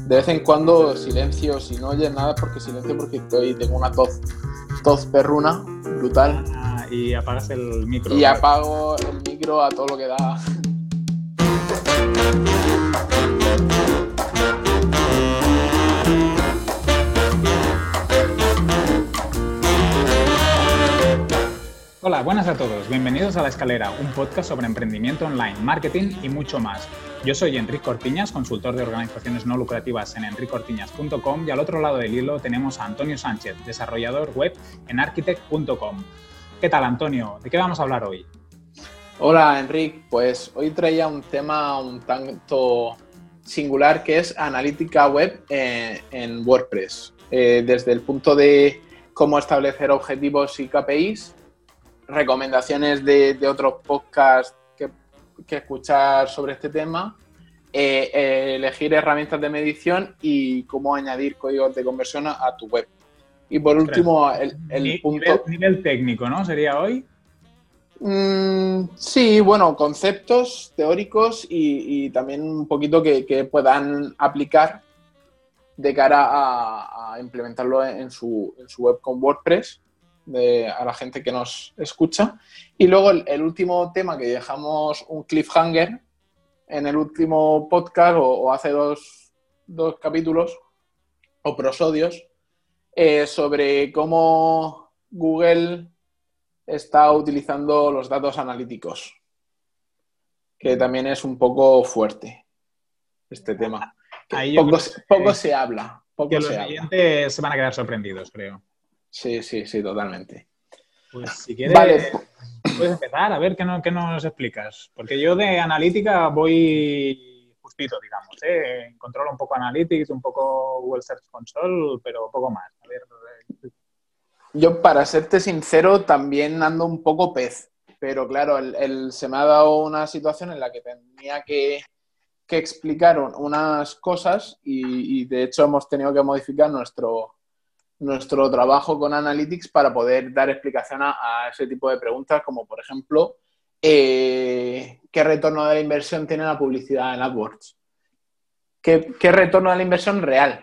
De vez en cuando silencio, si no oyes nada porque silencio porque tengo una tos perruna brutal. Y apagas el micro. Y apago el micro a todo lo que da. Hola, buenas a todos. Bienvenidos a La Escalera, un podcast sobre emprendimiento online, marketing y mucho más. Yo soy Enric Cortiñas, consultor de organizaciones no lucrativas en enriccortiñas.com, y al otro lado del hilo tenemos a Antonio Sánchez, desarrollador web en architect.com. ¿Qué tal, Antonio? ¿De qué vamos a hablar hoy? Hola, Enric. Pues hoy traía un tema un tanto singular que es analítica web en WordPress. Desde el punto de cómo establecer objetivos y KPIs, recomendaciones de otros podcasts que escuchar sobre este tema, elegir herramientas de medición y cómo añadir códigos de conversión a tu web. Y por último, el punto... Nivel técnico, ¿no? ¿Sería hoy? Sí, bueno, conceptos teóricos y también un poquito que puedan aplicar de cara a implementarlo en su web con WordPress a la gente que nos escucha. Y luego el último tema que dejamos un cliffhanger en el último podcast o hace dos capítulos o prosodios sobre cómo Google está utilizando los datos analíticos, que también es un poco fuerte este tema. Poco se habla. Los oyentes se van a quedar sorprendidos, creo. Sí, totalmente. Pues si quieres, vale. Puedes empezar a ver qué nos explicas. Porque yo de analítica voy justito, digamos. Controlo un poco Analytics, un poco Google Search Console, pero poco más. A ver. Yo, para serte sincero, también ando un poco pez. Pero claro, se me ha dado una situación en la que tenía que explicar unas cosas y de hecho hemos tenido que modificar nuestro trabajo con Analytics para poder dar explicación a ese tipo de preguntas, como por ejemplo, ¿qué retorno de la inversión tiene la publicidad en AdWords? ¿Qué retorno de la inversión real?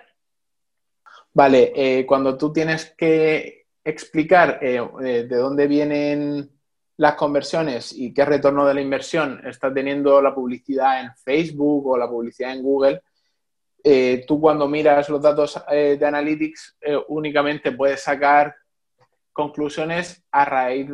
Vale, cuando tú tienes que explicar de dónde vienen las conversiones y qué retorno de la inversión está teniendo la publicidad en Facebook o la publicidad en Google, tú cuando miras los datos de Analytics únicamente puedes sacar conclusiones a raíz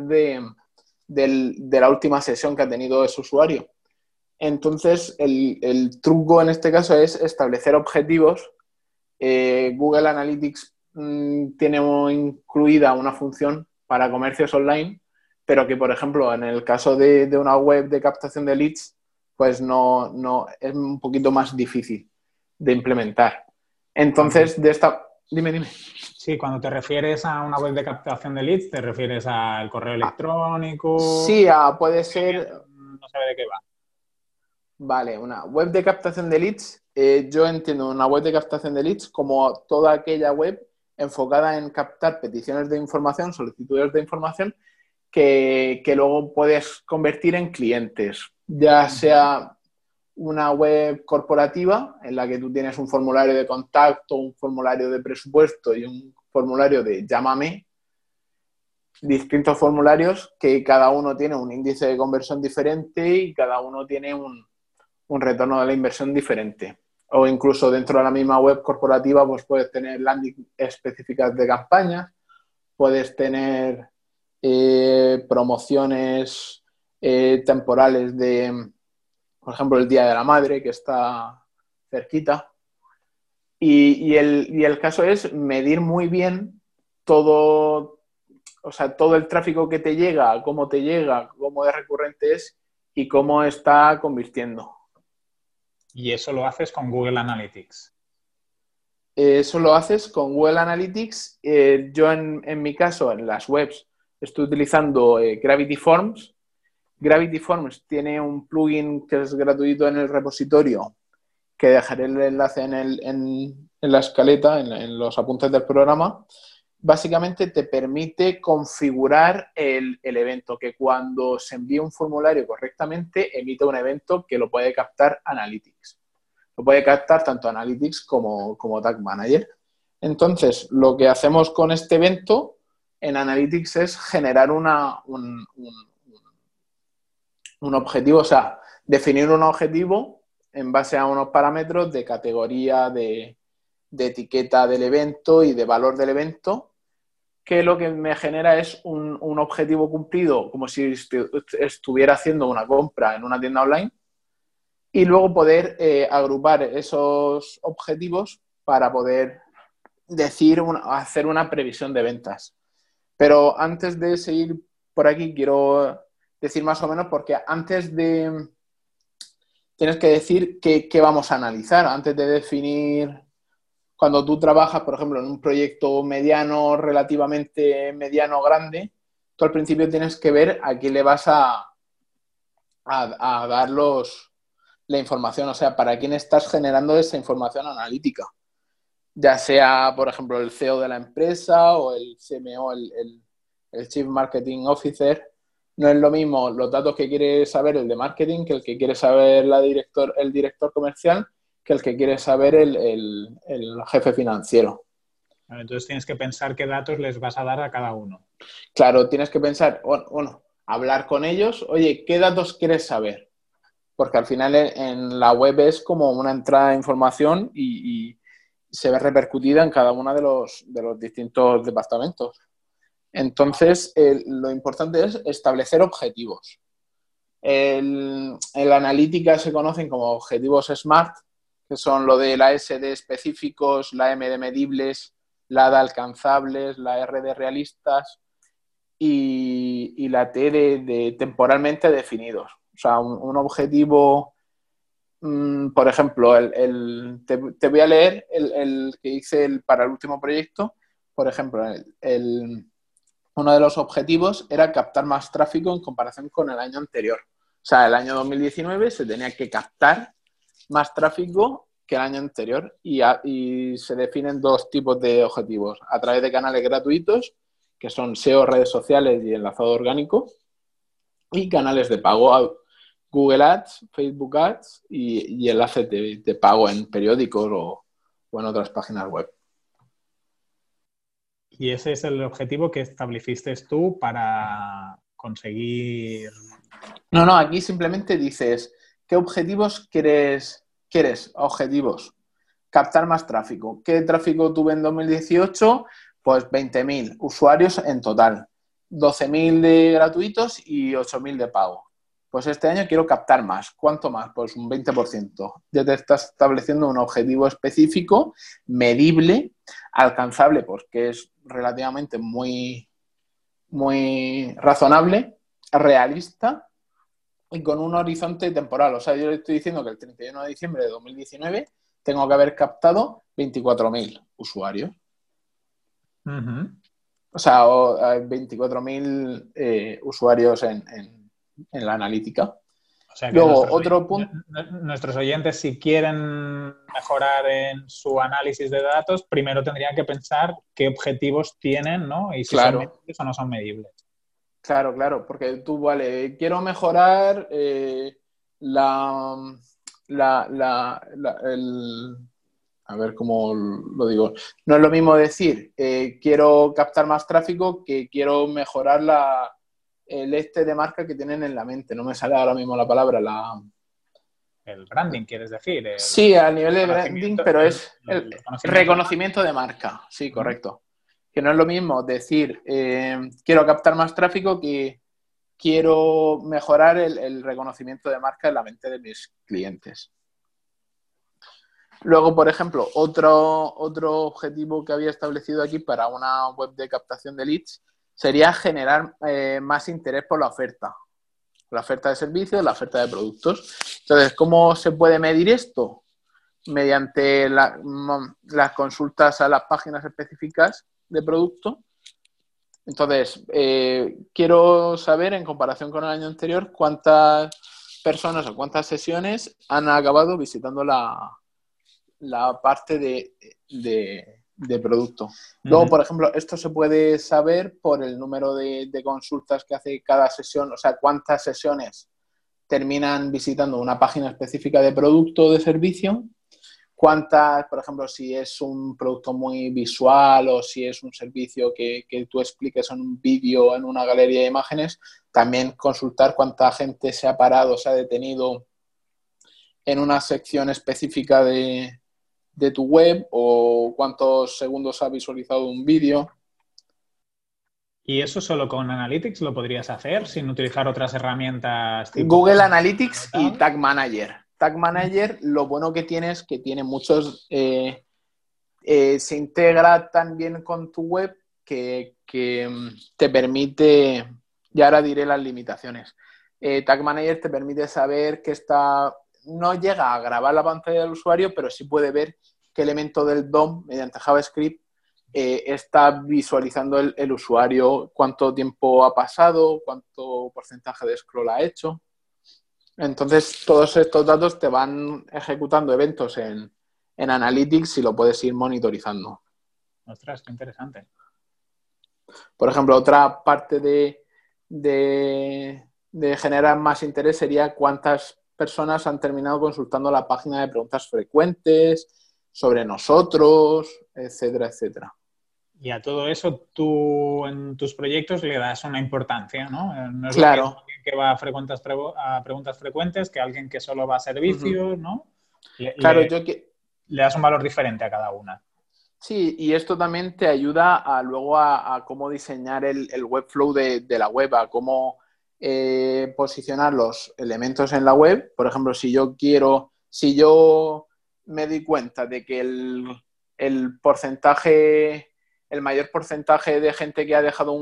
de la última sesión que ha tenido ese usuario. Entonces, el truco en este caso es establecer objetivos. Google Analytics tiene incluida una función para comercios online, pero que, por ejemplo, en el caso de una web de captación de leads, pues no es un poquito más difícil de implementar. Entonces, Dime. Sí, cuando te refieres a una web de captación de leads, ¿te refieres al correo electrónico? Sí, puede ser... No sabe de qué va. Vale, una web de captación de leads. Yo entiendo una web de captación de leads como toda aquella web enfocada en captar peticiones de información, solicitudes de información, que luego puedes convertir en clientes, ya sea una web corporativa en la que tú tienes un formulario de contacto, un formulario de presupuesto y un formulario de llámame, distintos formularios que cada uno tiene un índice de conversión diferente y cada uno tiene un retorno de la inversión diferente. O incluso dentro de la misma web corporativa pues puedes tener landing específicas de campañas, puedes tener promociones temporales de, por ejemplo, el Día de la Madre, que está cerquita. Y el caso es medir muy bien todo el tráfico que te llega, cómo de recurrente es y cómo está convirtiendo. ¿Y eso lo haces con Google Analytics? Eso lo haces con Google Analytics. Yo, en mi caso, en las webs, estoy utilizando Gravity Forms. Gravity Forms tiene un plugin que es gratuito en el repositorio, que dejaré el enlace en la escaleta, en los apuntes del programa. Básicamente te permite configurar el evento, que cuando se envíe un formulario correctamente, emite un evento que lo puede captar Analytics. Lo puede captar tanto Analytics como Tag Manager. Entonces, lo que hacemos con este evento en Analytics es generar un objetivo, o sea, definir un objetivo en base a unos parámetros de categoría, de etiqueta del evento y de valor del evento, que lo que me genera es un objetivo cumplido, como si estuviera haciendo una compra en una tienda online, y luego poder agrupar esos objetivos para poder hacer una previsión de ventas. Pero antes de seguir por aquí, quiero decir más o menos, porque antes de... Tienes que decir qué vamos a analizar, antes de definir... Cuando tú trabajas, por ejemplo, en un proyecto mediano, relativamente mediano, grande, tú al principio tienes que ver a quién le vas a dar la información, o sea, para quién estás generando esa información analítica. Ya sea, por ejemplo, el CEO de la empresa o el CMO, el Chief Marketing Officer. No es lo mismo los datos que quiere saber el de marketing que el que quiere saber el director comercial, que el que quiere saber el jefe financiero. Entonces tienes que pensar qué datos les vas a dar a cada uno. Claro, tienes que pensar, bueno, hablar con ellos, oye, ¿qué datos quieres saber? Porque al final en la web es como una entrada de información y se ve repercutida en cada uno de los distintos departamentos. Entonces, lo importante es establecer objetivos. En la analítica se conocen como objetivos SMART, que son lo de la S de específicos, la M de medibles, la de alcanzables, la R de realistas y la T de temporalmente definidos. O sea, un objetivo, por ejemplo, te voy a leer el que hice para el último proyecto. Por ejemplo, uno de los objetivos era captar más tráfico en comparación con el año anterior. O sea, el año 2019 se tenía que captar más tráfico que el año anterior y se definen dos tipos de objetivos. A través de canales gratuitos, que son SEO, redes sociales y enlazado orgánico, y canales de pago, Google Ads, Facebook Ads y enlaces de pago en periódicos o en otras páginas web. Y ese es el objetivo que estableciste tú para conseguir... No, aquí simplemente dices, ¿qué objetivos quieres? Objetivos. Captar más tráfico. ¿Qué tráfico tuve en 2018? Pues 20.000 usuarios en total. 12.000 de gratuitos y 8.000 de pago. Pues este año quiero captar más. ¿Cuánto más? Pues un 20%. Ya te estás estableciendo un objetivo específico, medible, alcanzable, porque es relativamente muy, muy razonable, realista y con un horizonte temporal. O sea, yo le estoy diciendo que el 31 de diciembre de 2019 tengo que haber captado 24.000 usuarios. O sea, 24.000 usuarios en la analítica. O sea que luego, otro punto... nuestros oyentes, si quieren mejorar en su análisis de datos, primero tendrían que pensar qué objetivos tienen, ¿no? Y si son medibles o no son medibles. Claro, porque tú, vale, quiero mejorar a ver cómo lo digo. No es lo mismo decir, quiero captar más tráfico que quiero mejorar el de marca que tienen en la mente. No me sale ahora mismo la palabra, El branding, ¿quieres decir? Sí, a nivel de branding, pero es el reconocimiento de marca. Sí, correcto. Que no es lo mismo decir, quiero captar más tráfico que quiero mejorar el reconocimiento de marca en la mente de mis clientes. Luego, por ejemplo, otro objetivo que había establecido aquí para una web de captación de leads sería generar más interés por la oferta de servicios, la oferta de productos. Entonces, ¿cómo se puede medir esto? Mediante las consultas a las páginas específicas de producto. Entonces, quiero saber, en comparación con el año anterior, cuántas personas o cuántas sesiones han acabado visitando la parte de producto. Luego, por ejemplo, esto se puede saber por el número de consultas que hace cada sesión, o sea, cuántas sesiones terminan visitando una página específica de producto o de servicio cuántas, por ejemplo, si es un producto muy visual o si es un servicio que tú expliques en un vídeo, en una galería de imágenes, también consultar cuánta gente se ha parado, se ha detenido en una sección específica de tu web o cuántos segundos ha visualizado un vídeo. ¿Y eso solo con Analytics lo podrías hacer sin utilizar otras herramientas tipo Google o Analytics y tal? Tag Manager. Tag Manager, lo bueno que tiene es que tiene muchos... se integra tan bien con tu web que te permite... Y ahora diré las limitaciones. Tag Manager te permite saber que no llega a grabar la pantalla del usuario, pero sí puede ver qué elemento del DOM mediante JavaScript está visualizando el usuario, cuánto tiempo ha pasado, cuánto porcentaje de scroll ha hecho. Entonces, todos estos datos te van ejecutando eventos en Analytics y lo puedes ir monitorizando. Ostras, qué interesante. Por ejemplo, otra parte de generar más interés sería cuántas personas han terminado consultando la página de preguntas frecuentes sobre nosotros, etcétera, etcétera. Y a todo eso tú en tus proyectos le das una importancia, ¿no? No es lo mismo Claro. alguien que va a preguntas frecuentes que alguien que solo va a servicios, ¿no? Claro, Le das un valor diferente a cada una. Sí, y esto también te ayuda luego a cómo diseñar el webflow de la web, a cómo posicionar los elementos en la web. Por ejemplo, si yo me doy cuenta de que el mayor porcentaje de gente que ha dejado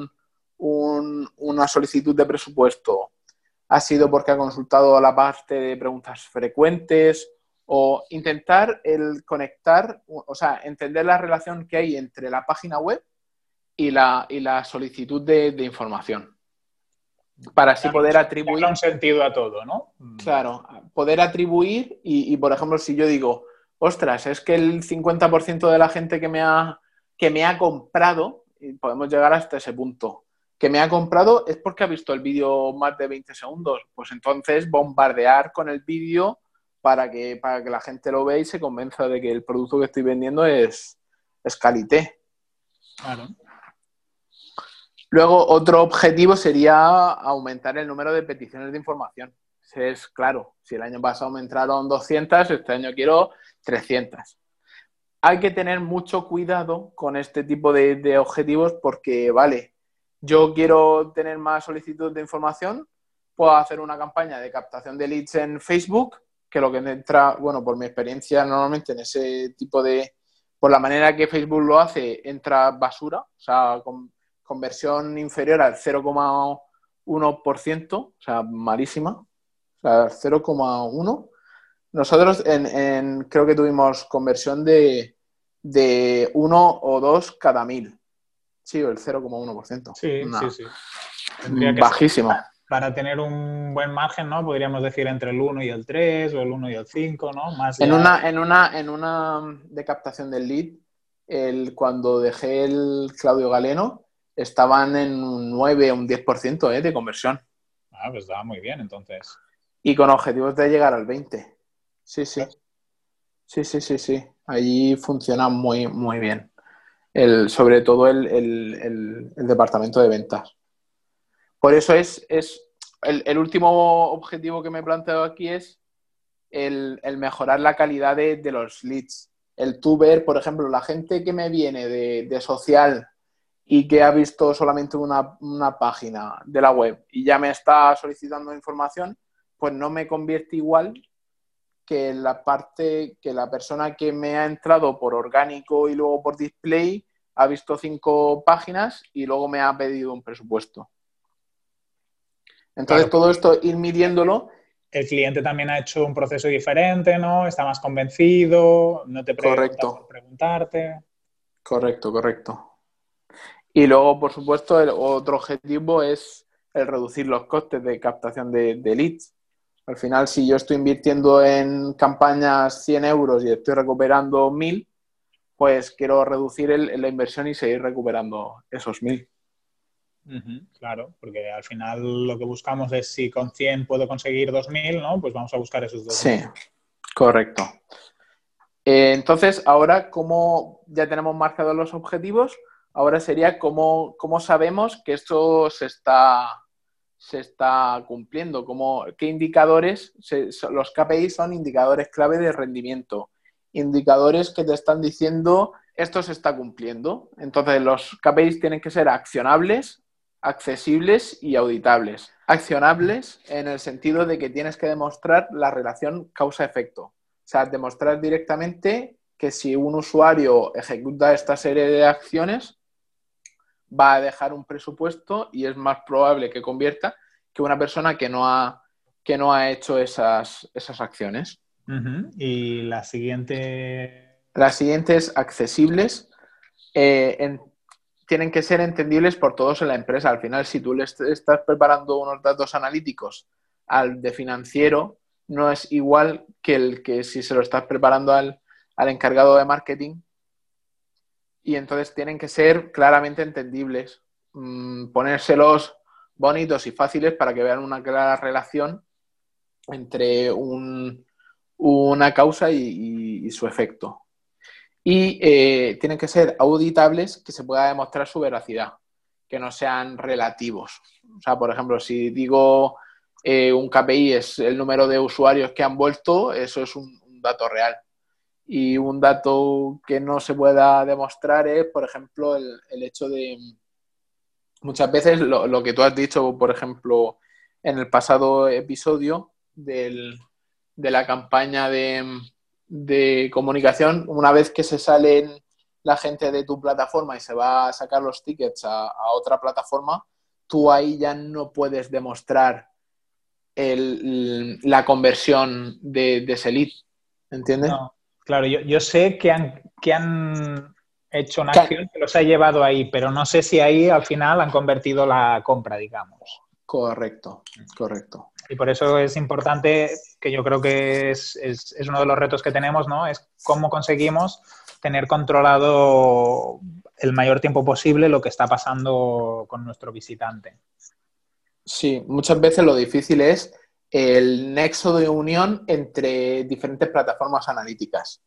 una solicitud de presupuesto ha sido porque ha consultado la parte de preguntas frecuentes o intentar conectar, o sea, entender la relación que hay entre la página web y la solicitud de información. Para así poder atribuir... un sentido a todo, ¿no? Claro, poder atribuir por ejemplo, si yo digo, ostras, es que el 50% de la gente que me ha comprado, y podemos llegar hasta ese punto, que me ha comprado es porque ha visto el vídeo más de 20 segundos. Pues entonces bombardear con el vídeo para que la gente lo vea y se convenza de que el producto que estoy vendiendo es calité. Claro. Luego, otro objetivo sería aumentar el número de peticiones de información. Es claro, si el año pasado me entraron 200, este año quiero 300. Hay que tener mucho cuidado con este tipo de objetivos porque, vale, yo quiero tener más solicitudes de información, puedo hacer una campaña de captación de leads en Facebook, que lo que entra, bueno, por mi experiencia normalmente en ese tipo por la manera que Facebook lo hace, entra basura, o sea, con conversión inferior al 0,1%, o sea, malísima, o sea, 0,1%. Nosotros creo que tuvimos conversión de 1 o 2 cada 1000. Sí, el 0,1%. Sí. Tendría que Bajísimo. ser, para tener un buen margen, ¿no? Podríamos decir entre el 1 y el 3 o el 1 y el 5, ¿no? Más En ya... una de captación del lead, cuando dejé el Claudio Galeno, estaban en un 9 o un 10% de conversión. Ah, pues estaba muy bien, entonces. Y con objetivos de llegar al 20. Sí. Sí. Allí funciona muy, muy bien. Sobre todo el departamento de ventas. Por eso es el último objetivo que me he planteado aquí es el mejorar la calidad de los leads. El tú ver, por ejemplo, la gente que me viene de social y que ha visto solamente una página de la web y ya me está solicitando información, pues no me convierte igual que la persona que me ha entrado por orgánico y luego por display ha visto 5 páginas y luego me ha pedido un presupuesto. Entonces, Claro, todo esto, ir midiéndolo. el cliente también ha hecho un proceso diferente, ¿no? Está más convencido, no te pregunta por Correcto. preguntarte. Correcto. Y luego, por supuesto, el otro objetivo es el reducir los costes de captación de leads. Al final, si yo estoy invirtiendo en campañas 100 euros y estoy recuperando 1000, pues quiero reducir la inversión y seguir recuperando esos 1000. Claro, porque al final lo que buscamos es si con 100 puedo conseguir 2000, ¿no? Pues vamos a buscar esos 2000. Sí, correcto. Entonces, ahora, como ya tenemos marcados los objetivos, ahora sería cómo sabemos que esto se está cumpliendo, qué indicadores, los KPI son indicadores clave de rendimiento, indicadores que te están diciendo esto se está cumpliendo. Entonces, los KPIs tienen que ser accionables, accesibles y auditables. Accionables en el sentido de que tienes que demostrar la relación causa-efecto. O sea, demostrar directamente que si un usuario ejecuta esta serie de acciones, va a dejar un presupuesto y es más probable que convierta que una persona que no ha hecho esas acciones. Uh-huh. Y la siguiente... Las siguientes accesibles tienen que ser entendibles por todos en la empresa. Al final, si tú le estás preparando unos datos analíticos al de financiero, no es igual que el que si se lo estás preparando al encargado de marketing. Y entonces tienen que ser claramente entendibles, ponérselos bonitos y fáciles para que vean una clara relación entre una causa y su efecto. Y tienen que ser auditables, que se pueda demostrar su veracidad, que no sean relativos. O sea, por ejemplo, si digo un KPI es el número de usuarios que han vuelto, eso es un dato real. Y un dato que no se pueda demostrar es, por ejemplo, el hecho de muchas veces lo que tú has dicho, por ejemplo, en el pasado episodio de la campaña de comunicación, una vez que se salen la gente de tu plataforma y se va a sacar los tickets a otra plataforma, tú ahí ya no puedes demostrar la conversión de ese lead, ¿entiendes? No, claro, yo sé que han hecho una acción que los ha llevado ahí, pero no sé si ahí al final han convertido la compra, digamos. Correcto. Y por eso es importante, que yo creo que es uno de los retos que tenemos, ¿no? Es cómo conseguimos tener controlado el mayor tiempo posible lo que está pasando con nuestro visitante. Sí, muchas veces lo difícil es el nexo de unión entre diferentes plataformas analíticas.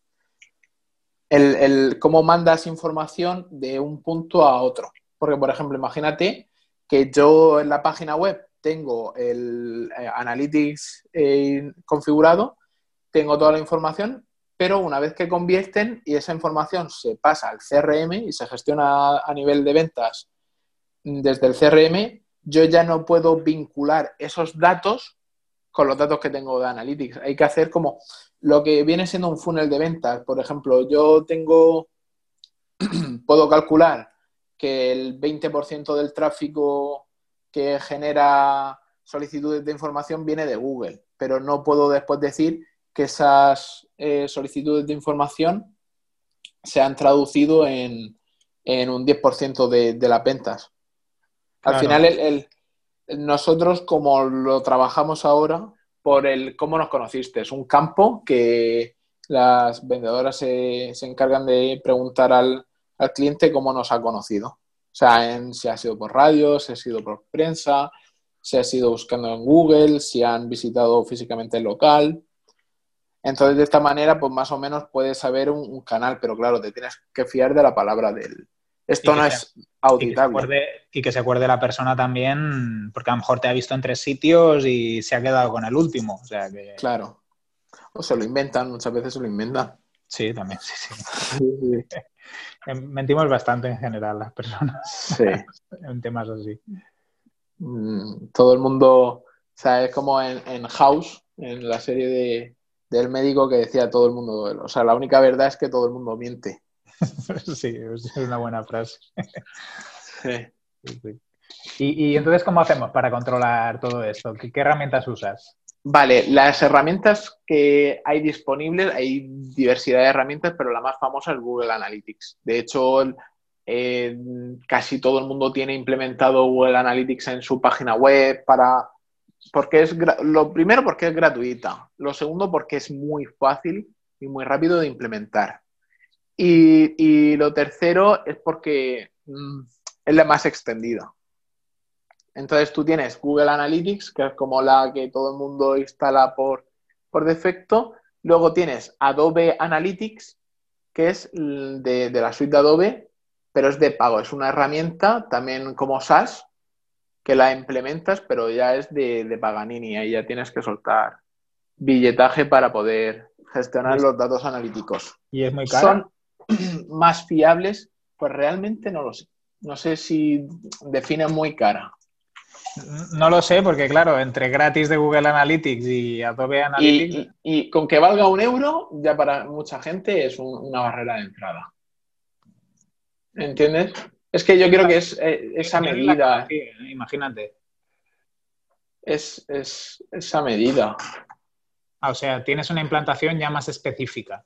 Cómo mandas información de un punto a otro. Porque, por ejemplo, imagínate que yo en la página web tengo el Analytics configurado, tengo toda la información, pero una vez que convierten y esa información se pasa al CRM y se gestiona a nivel de ventas desde el CRM, yo ya no puedo vincular esos datos con los datos que tengo de Analytics. Hay que hacer como lo que viene siendo un funnel de ventas. Por ejemplo, puedo calcular que el 20% del tráfico que genera solicitudes de información viene de Google, pero no puedo después decir que esas solicitudes de información se han traducido en un 10% de las ventas. Al Claro. final, nosotros, como lo trabajamos ahora, por cómo nos conociste, es un campo que las vendedoras se encargan de preguntar al cliente cómo nos ha conocido. O sea, si ha sido por radio, si ha sido por prensa, si ha sido buscando en Google, si han visitado físicamente el local. Entonces, de esta manera, pues más o menos puedes saber un canal, pero claro, te tienes que fiar de la palabra de él. Esto no es auditable. Y que se acuerde la persona también, porque a lo mejor te ha visto en 3 sitios y se ha quedado con el último. O sea que... Claro. O se lo inventan, muchas veces se lo inventan. Sí, también, sí. Mentimos bastante en general las personas. Sí. En temas así. Todo el mundo, o sea, es como en House, en la serie del médico que decía todo el mundo, o sea, la única verdad es que todo el mundo miente. Sí, es una buena frase. Sí. ¿Y entonces cómo hacemos para controlar todo esto? ¿Qué herramientas usas? Vale, las herramientas que hay disponibles, hay diversidad de herramientas, pero la más famosa es Google Analytics. De hecho, casi todo el mundo tiene implementado Google Analytics en su página web lo primero porque es gratuita, lo segundo porque es muy fácil y muy rápido de implementar. Y lo tercero es porque es la más extendida. Entonces tú tienes Google Analytics, que es como la que todo el mundo instala por defecto, Luego tienes Adobe Analytics, que es de la suite de Adobe, pero es de pago. Es una herramienta también como SaaS que la implementas, pero ya es de Paganini. Ahí ya tienes que soltar billetaje para poder ¿Y gestionar es, los datos analíticos. y es muy cara? ¿Son más fiables? Pues realmente no lo sé. No sé si definen muy cara. No lo sé, porque claro, entre gratis de Google Analytics y Adobe Analytics, Y con que valga 1 euro, ya para mucha gente es una barrera de entrada. ¿Entiendes? Es que yo creo que es esa yo ni la medida. conocía, imagínate. Es esa medida. Ah, o sea, tienes una implantación ya más específica.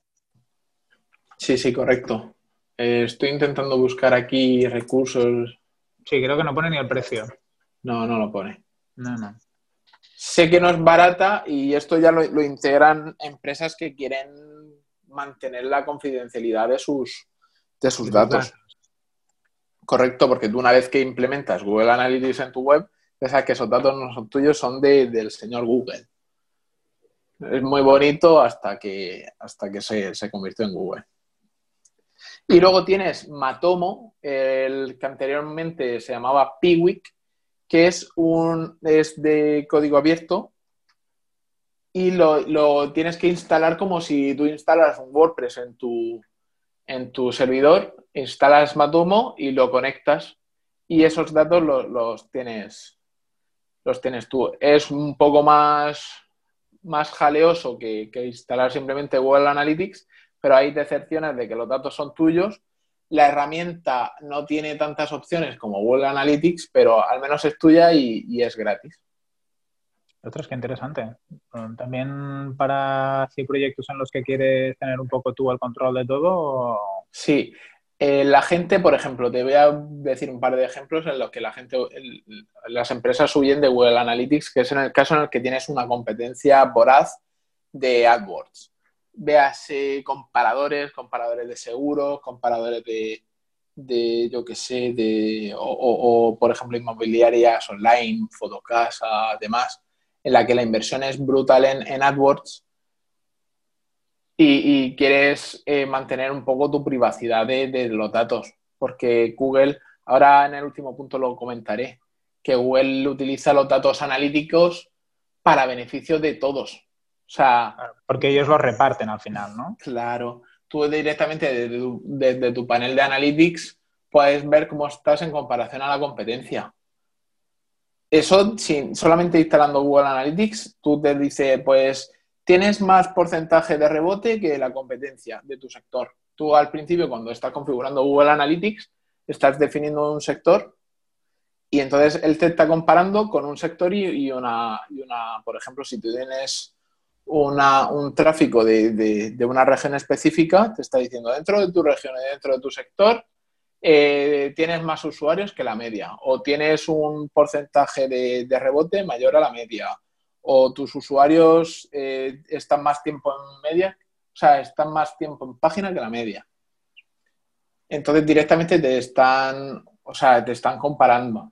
Sí, sí, correcto. Estoy intentando buscar aquí recursos. Sí, creo que no pone ni el precio. No, no lo pone. No, no. Sé que no es barata y esto ya lo integran empresas que quieren mantener la confidencialidad de sus De sus datos. datos. Correcto, porque tú una vez que implementas Google Analytics en tu web, ya sabes que esos datos no son tuyos, son del señor Google. Es muy bonito hasta que se convirtió en Google. Y luego tienes Matomo, el que anteriormente se llamaba Piwik, que es de código abierto y lo tienes que instalar como si tú instalas un WordPress en tu servidor, instalas Matomo y lo conectas y esos datos los tienes tú. Es un poco más jaleoso que instalar simplemente Google Analytics, pero ahí te cercioras de que los datos son tuyos. La herramienta no tiene tantas opciones como Google Analytics, pero al menos es tuya y es gratis. Otros, qué interesante. También para si proyectos en los que quieres tener un poco tú el control de todo. Sí, la gente, por ejemplo, te voy a decir un par de ejemplos en los que las empresas huyen de Google Analytics, que es en el caso en el que tienes una competencia voraz de AdWords. Véase comparadores de seguros, comparadores yo qué sé, por ejemplo, inmobiliarias online, Fotocasa, demás, en la que la inversión es brutal en AdWords y quieres mantener un poco tu privacidad de los datos, porque Google, ahora en el último punto lo comentaré, que Google utiliza los datos analíticos para beneficio de todos. O sea, Porque ellos lo reparten al final, ¿no? claro, tú directamente desde tu panel de analytics puedes ver cómo estás en comparación a la competencia. Eso, solamente instalando Google Analytics, tú te dice, pues, tienes más porcentaje de rebote que la competencia de tu sector. Tú al principio, cuando estás configurando Google Analytics, estás definiendo un sector y entonces él te está comparando con un sector y una por ejemplo, si tú tienes un tráfico de una región específica, te está diciendo, dentro de tu región y dentro de tu sector, tienes más usuarios que la media o tienes un porcentaje de rebote mayor a la media o tus usuarios están más tiempo en media, o sea, están más tiempo en página que la media. Entonces directamente te están comparando.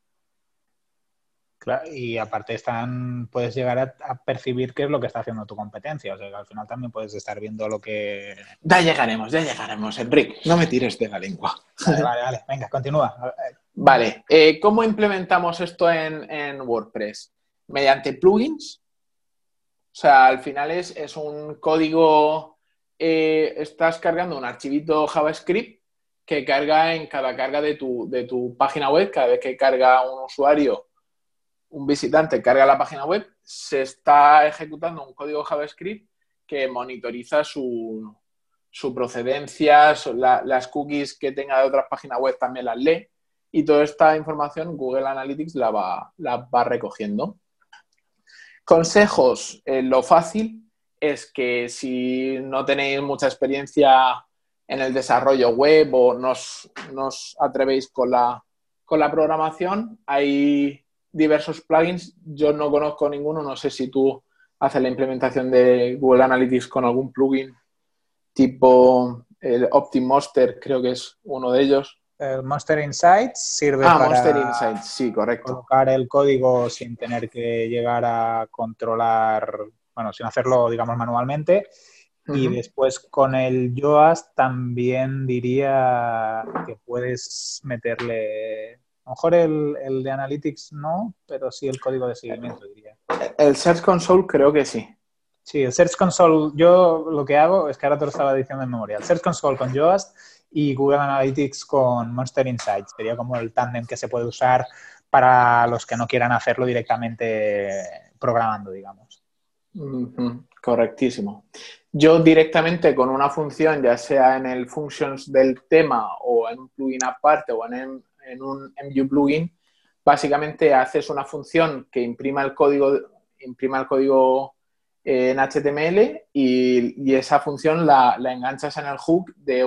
Claro, y aparte puedes llegar a percibir qué es lo que está haciendo tu competencia. O sea, que al final también puedes estar viendo lo que... Ya llegaremos, Enric. No me tires de la lengua. Vale. Venga, continúa. Vale. ¿Cómo implementamos esto en WordPress? Mediante plugins. O sea, al final es un código, estás cargando un archivito JavaScript que carga en cada carga de tu página web. Cada vez que carga un usuario, un visitante carga la página web, se está ejecutando un código JavaScript que monitoriza su procedencia, las cookies que tenga de otras páginas web también las lee y toda esta información Google Analytics la va recogiendo. Consejos, lo fácil es que si no tenéis mucha experiencia en el desarrollo web o no os atrevéis con la programación, hay diversos plugins. Yo no conozco ninguno, no sé si tú haces la implementación de Google Analytics con algún plugin tipo el OptiMonster, creo que es uno de ellos. El Monster Insights sirve Monster para Insights, sí, correcto. colocar el código sin tener que llegar a controlar bueno, sin hacerlo, digamos, manualmente. Y Ujú. después con el Yoast también diría que puedes meterle, a lo mejor el de Analytics no, pero sí el código de seguimiento, diría. El Search Console creo que sí. Sí, el Search Console, yo lo que hago es que ahora te lo estaba diciendo en memoria. El Search Console con Yoast y Google Analytics con Monster Insights. Sería como el tándem que se puede usar para los que no quieran hacerlo directamente programando, digamos. Ujú, correctísimo. Yo directamente con una función, ya sea en el functions del tema o en un plugin aparte o en un MView plugin, básicamente haces una función que imprima el código en HTML y esa función la enganchas en el hook de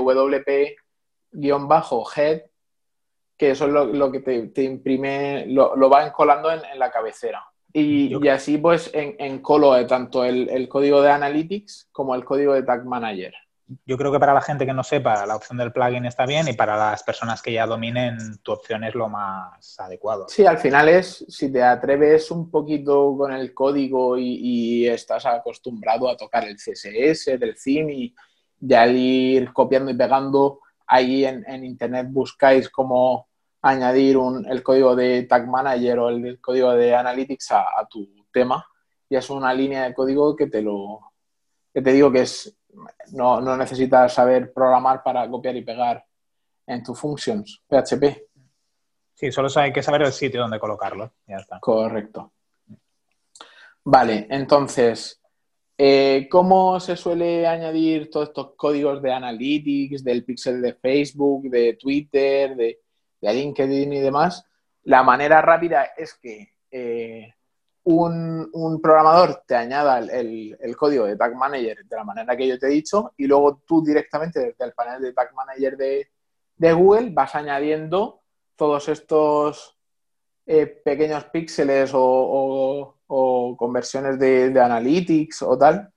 WP-head, que eso es lo que te imprime, lo va encolando en la cabecera. Yo, Y así pues encolo tanto el código de Analytics como el código de Tag Manager. yo creo que para la gente que no sepa, la opción del plugin está bien y para las personas que ya dominen, tu opción es lo más adecuado al Sí, final. al final es, si te atreves un poquito con el código y estás acostumbrado a tocar el CSS del theme y al ir copiando y pegando, ahí en internet buscáis cómo añadir el código de Tag Manager o el código de Analytics a tu tema y es una línea de código que te digo que no necesitas saber programar para copiar y pegar en tus functions PHP. Sí, solo hay que saber el sitio donde colocarlo. Ya está. Correcto. Vale, entonces, ¿cómo se suele añadir todos estos códigos de Analytics, del pixel de Facebook, de Twitter, de LinkedIn y demás? La manera rápida es que un programador te añada el código de Tag Manager de la manera que yo te he dicho y luego tú directamente desde el panel de Tag Manager de Google vas añadiendo todos estos pequeños píxeles o conversiones de analytics o tal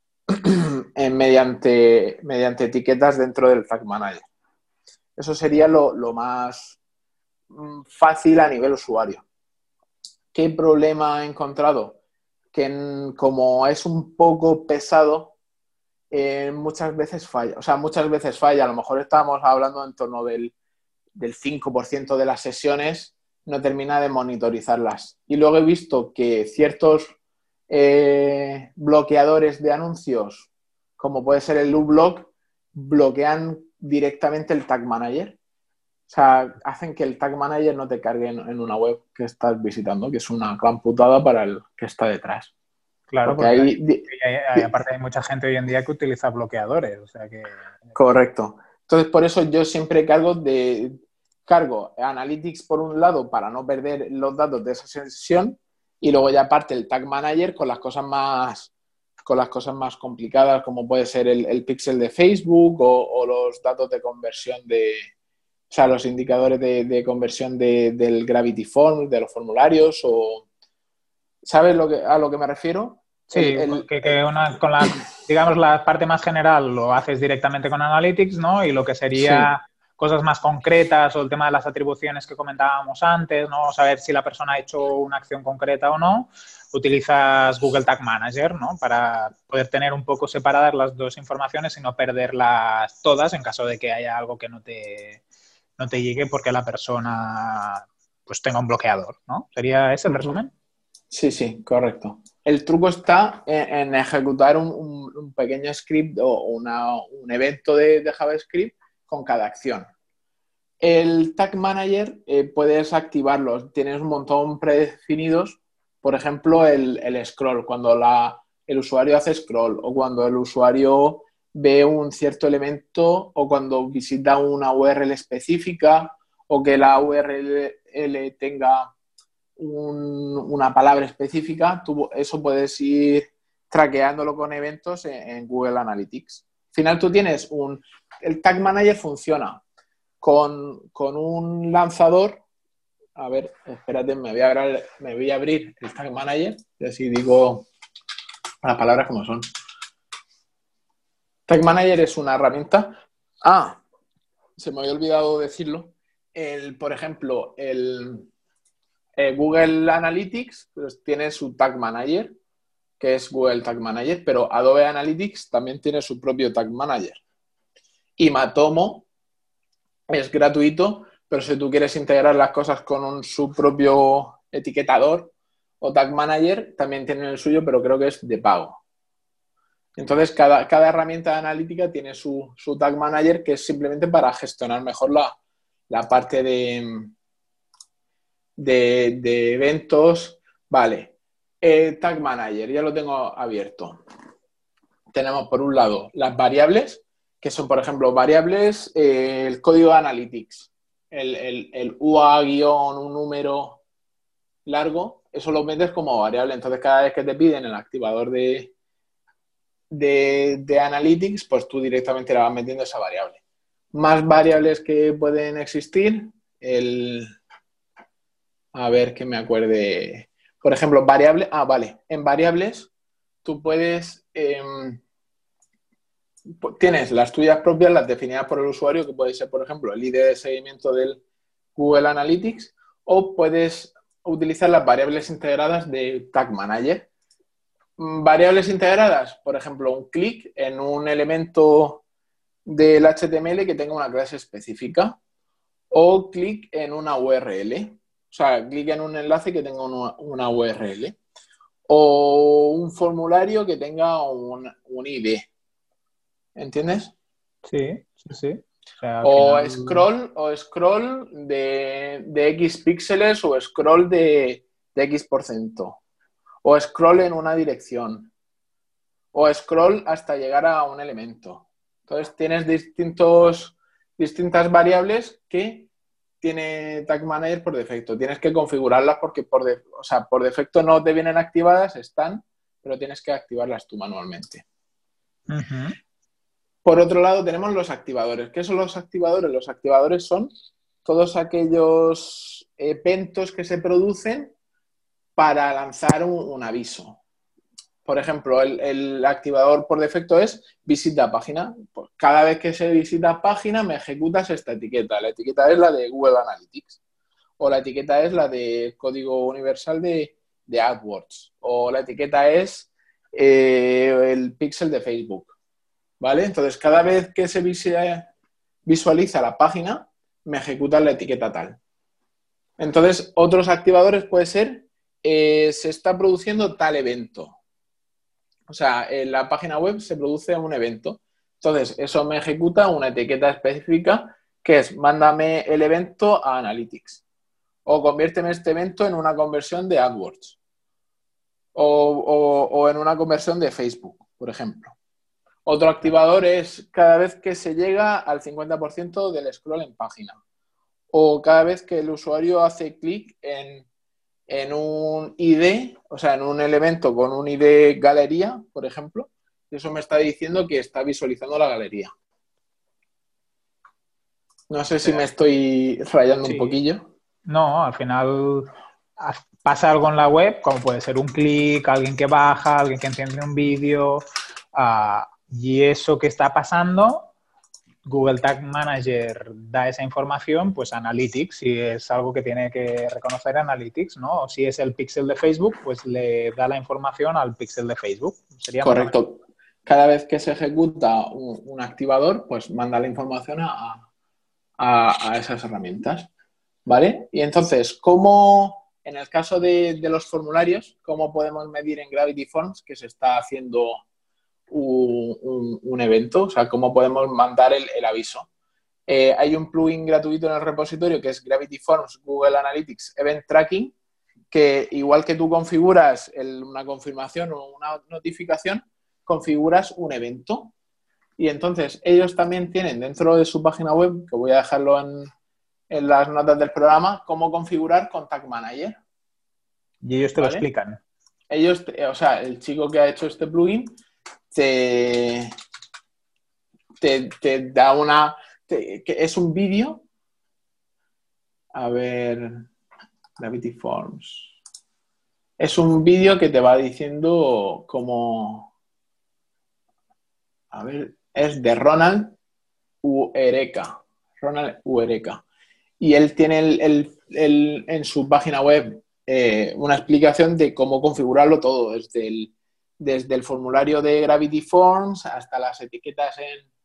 mediante etiquetas dentro del Tag Manager. Eso sería lo más fácil a nivel usuario. ¿Qué problema he encontrado? Que como es un poco pesado, muchas veces falla. O sea, muchas veces falla. A lo mejor estábamos hablando en torno del 5% de las sesiones no termina de monitorizarlas. Y luego he visto que ciertos bloqueadores de anuncios, como puede ser el uBlock, bloquean directamente el Tag Manager. O sea, hacen que el Tag Manager no te cargue en una web que estás visitando, que es una gran putada para el que está detrás. Claro, Porque porque ahí... aparte hay mucha gente hoy en día que utiliza bloqueadores, o sea que... Correcto. Entonces, por eso yo siempre cargo Analytics por un lado para no perder los datos de esa sesión y luego ya parte el Tag Manager con las cosas más complicadas como puede ser el pixel de Facebook o los datos de conversión o sea, los indicadores de conversión del Gravity Form, de los formularios o... ¿Sabes a lo que me refiero? Sí, con la, digamos, la parte más general lo haces directamente con Analytics, ¿no? Y lo que Sí. sería cosas más concretas o el tema de las atribuciones que comentábamos antes, ¿no? Saber si la persona ha hecho una acción concreta o no, utilizas Google Tag Manager, ¿no? Para poder tener un poco separadas las dos informaciones y no perderlas todas en caso de que haya algo que no te llegue porque la persona pues tenga un bloqueador, ¿no? ¿Sería ese el Uh-huh. resumen? Sí, sí, correcto. El truco está en ejecutar un pequeño script o un evento de JavaScript con cada acción. El Tag Manager puedes activarlos. Tienes un montón predefinidos. Por ejemplo, el scroll, cuando el usuario hace scroll o cuando el usuario ve un cierto elemento o cuando visita una URL específica o que la URL tenga una palabra específica, eso puedes ir traqueándolo con eventos en Google Analytics. Al final tú tienes el Tag Manager funciona con un lanzador. A ver, espérate, me voy a abrir el Tag Manager y así digo las palabras como son. Tag Manager es una herramienta. Ah, se me había olvidado decirlo. Por ejemplo, Google Analytics pues, tiene su Tag Manager que es Google Tag Manager, pero Adobe Analytics también tiene su propio Tag Manager. Y Matomo es gratuito, pero si tú quieres integrar las cosas con su propio etiquetador o Tag Manager, también tienen el suyo, pero creo que es de pago. Entonces, cada herramienta analítica tiene su Tag Manager, que es simplemente para gestionar mejor la parte de eventos. Vale, Tag Manager, ya lo tengo abierto. Tenemos por un lado las variables, que son, por ejemplo, variables, el código de Analytics, el UA guión, un número largo, eso lo metes como variable. Entonces, cada vez que te piden el activador de Analytics, pues tú directamente le vas metiendo esa variable. Más variables que pueden existir, a ver que me acuerde. Por ejemplo, variable. Vale. En variables, tú puedes. Tienes las tuyas propias, las definidas por el usuario, que puede ser, por ejemplo, el ID de seguimiento del Google Analytics, o puedes utilizar las variables integradas de Tag Manager. Variables integradas, por ejemplo, un clic en un elemento del HTML que tenga una clase específica, o clic en una URL. O sea, clic en un enlace que tenga una URL. O un formulario que tenga un ID. ¿Entiendes? Sí, sí, sí. O scroll de X píxeles o scroll de X%. O scroll en una dirección. O scroll hasta llegar a un elemento. Entonces tienes distintas variables que tiene Tag Manager por defecto. Tienes que configurarlas porque por defecto no te vienen activadas, están, pero tienes que activarlas tú manualmente. Uh-huh. Por otro lado, tenemos los activadores. ¿Qué son los activadores? Los activadores son todos aquellos eventos que se producen para lanzar un aviso. Por ejemplo, el activador por defecto es visita página. Pues cada vez que se visita página me ejecutas esta etiqueta. La etiqueta es la de Google Analytics. O la etiqueta es la de código universal de AdWords. O la etiqueta es el píxel de Facebook. ¿Vale? Entonces, cada vez que se visualiza la página, me ejecuta la etiqueta tal. Entonces, otros activadores puede ser se está produciendo tal evento. O sea, en la página web se produce un evento. Entonces, eso me ejecuta una etiqueta específica que es mándame el evento a Analytics. O conviérteme este evento en una conversión de AdWords. O en una conversión de Facebook, por ejemplo. Otro activador es cada vez que se llega al 50% del scroll en página. O cada vez que el usuario hace clic en un ID, o sea, en un elemento con un ID galería, por ejemplo, eso me está diciendo que está visualizando la galería. No sé si me estoy rayando un poquillo. No, al final pasa algo en la web, como puede ser un clic, alguien que baja, alguien que enciende un vídeo, y eso que está pasando, Google Tag Manager da esa información, pues a Analytics, si es algo que tiene que reconocer Analytics, ¿no? O si es el píxel de Facebook, pues le da la información al píxel de Facebook. Sería correcto. Cada vez que se ejecuta un activador, pues manda la información a esas herramientas, ¿vale? Y entonces, ¿cómo, en el caso de los formularios, cómo podemos medir en Gravity Forms que se está haciendo un evento? O sea, ¿cómo podemos mandar el aviso? Hay un plugin gratuito en el repositorio que es Gravity Forms Google Analytics Event Tracking, que igual que tú configuras una confirmación o una notificación, configuras un evento. Y entonces ellos también tienen dentro de su página web, que voy a dejarlo en las notas del programa, cómo configurar con Tag Manager. Y ellos te lo explican. Ellos, o sea, el chico que ha hecho este plugin te da que es un vídeo. A ver, Gravity Forms. Es un vídeo que te va diciendo cómo... A ver, es de Ronald Uereka. Ronald Uereka. Y él tiene en su página web una explicación de cómo configurarlo todo, desde desde el formulario de Gravity Forms hasta las etiquetas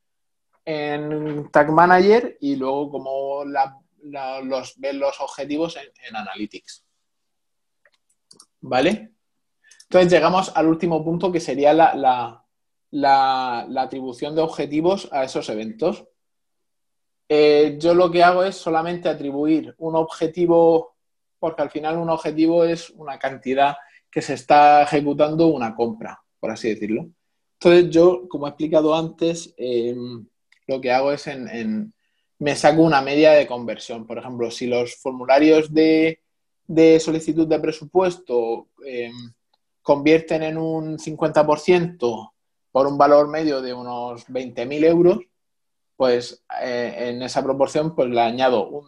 en Tag Manager y luego cómo ven los objetivos en Analytics. ¿Vale? Entonces llegamos al último punto, que sería la atribución de objetivos a esos eventos. Yo lo que hago es solamente atribuir un objetivo, porque al final un objetivo es una cantidad que se está ejecutando una compra, por así decirlo. Entonces yo, como he explicado antes, lo que hago es me saco una media de conversión. Por ejemplo, si los formularios de solicitud de presupuesto convierten en un 50% por un valor medio de unos 20.000 euros, pues en esa proporción pues le añado